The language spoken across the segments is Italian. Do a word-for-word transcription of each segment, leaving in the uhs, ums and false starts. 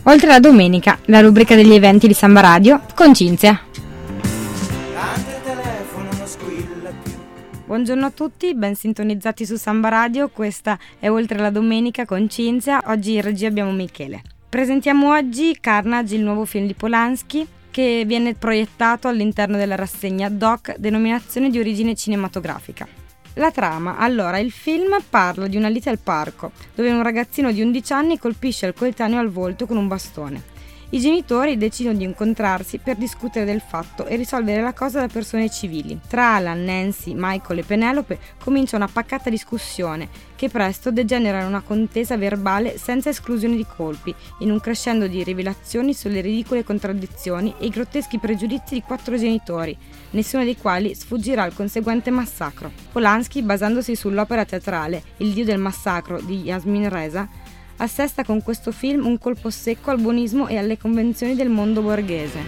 Oltre la domenica, la rubrica degli eventi di Samba Radio con Cinzia. Buongiorno a tutti, ben sintonizzati su Samba Radio, questa è Oltre la domenica con Cinzia. Oggi in regia abbiamo Michele. Presentiamo oggi Carnage, il nuovo film di Polanski, che viene proiettato all'interno della rassegna Doc, denominazione di origine cinematografica. La trama, allora, il film parla di una lite al parco, dove un ragazzino di undici anni colpisce il coetaneo al volto con un bastone. I genitori decidono di incontrarsi per discutere del fatto e risolvere la cosa da persone civili. Tra Alan, Nancy, Michael e Penelope comincia una pacata discussione che presto degenera in una contesa verbale senza esclusione di colpi, in un crescendo di rivelazioni sulle ridicole contraddizioni e i grotteschi pregiudizi di quattro genitori, nessuno dei quali sfuggirà al conseguente massacro. Polanski, basandosi sull'opera teatrale Il dio del massacro di Yasmin Reza, assesta con questo film un colpo secco al buonismo e alle convenzioni del mondo borghese.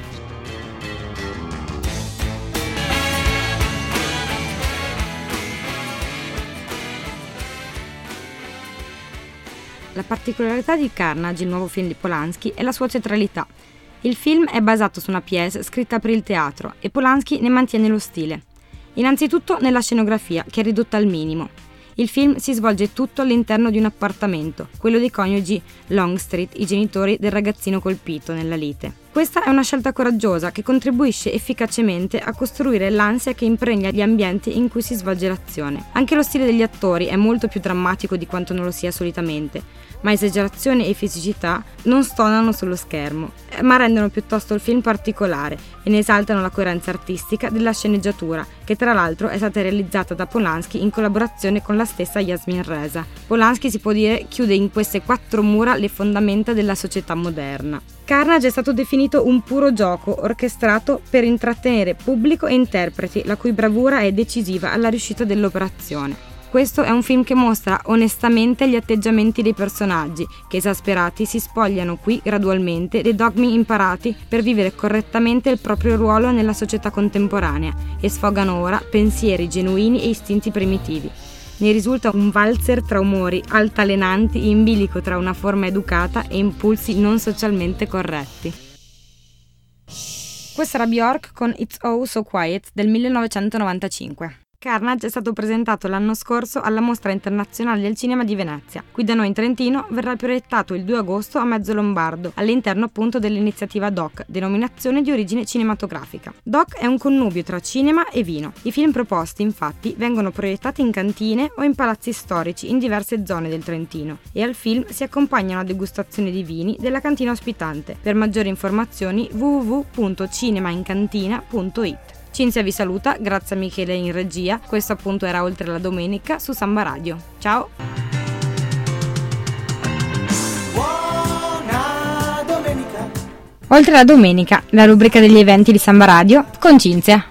La particolarità di Carnage, il nuovo film di Polanski, è la sua teatralità. Il film è basato su una pièce scritta per il teatro e Polanski ne mantiene lo stile. Innanzitutto nella scenografia, che è ridotta al minimo. Il film si svolge tutto all'interno di un appartamento, quello dei coniugi Longstreet, i genitori del ragazzino colpito nella lite. Questa è una scelta coraggiosa che contribuisce efficacemente a costruire l'ansia che impregna gli ambienti in cui si svolge l'azione. Anche lo stile degli attori è molto più drammatico di quanto non lo sia solitamente, ma esagerazione e fisicità non stonano sullo schermo, ma rendono piuttosto il film particolare e ne esaltano la coerenza artistica della sceneggiatura, che tra l'altro è stata realizzata da Polanski in collaborazione con la stessa Yasmin Reza. Polanski, si può dire, chiude in queste quattro mura le fondamenta della società moderna. Carnage è stato definito un puro gioco orchestrato per intrattenere pubblico e interpreti, la cui bravura è decisiva alla riuscita dell'operazione. Questo è un film che mostra onestamente gli atteggiamenti dei personaggi, che esasperati si spogliano qui gradualmente dei dogmi imparati per vivere correttamente il proprio ruolo nella società contemporanea e sfogano ora pensieri genuini e istinti primitivi. Ne risulta un valzer tra umori altalenanti in bilico tra una forma educata e impulsi non socialmente corretti. Questa era Björk con It's Oh So Quiet del millenovecentonovantacinque. Carnage è stato presentato l'anno scorso alla Mostra Internazionale del Cinema di Venezia. Qui da noi in Trentino verrà proiettato il due agosto a Mezzo Lombardo, all'interno appunto dell'iniziativa Doc, denominazione di origine cinematografica. Doc è un connubio tra cinema e vino. I film proposti, infatti, vengono proiettati in cantine o in palazzi storici in diverse zone del Trentino e al film si accompagna una degustazione di vini della cantina ospitante. Per maggiori informazioni w w w punto cinemaincantina punto it. Cinzia vi saluta, grazie a Michele in regia. Questo appunto era Oltre la domenica su Samba Radio. Ciao! Buona domenica! Oltre la domenica, la rubrica degli eventi di Samba Radio con Cinzia.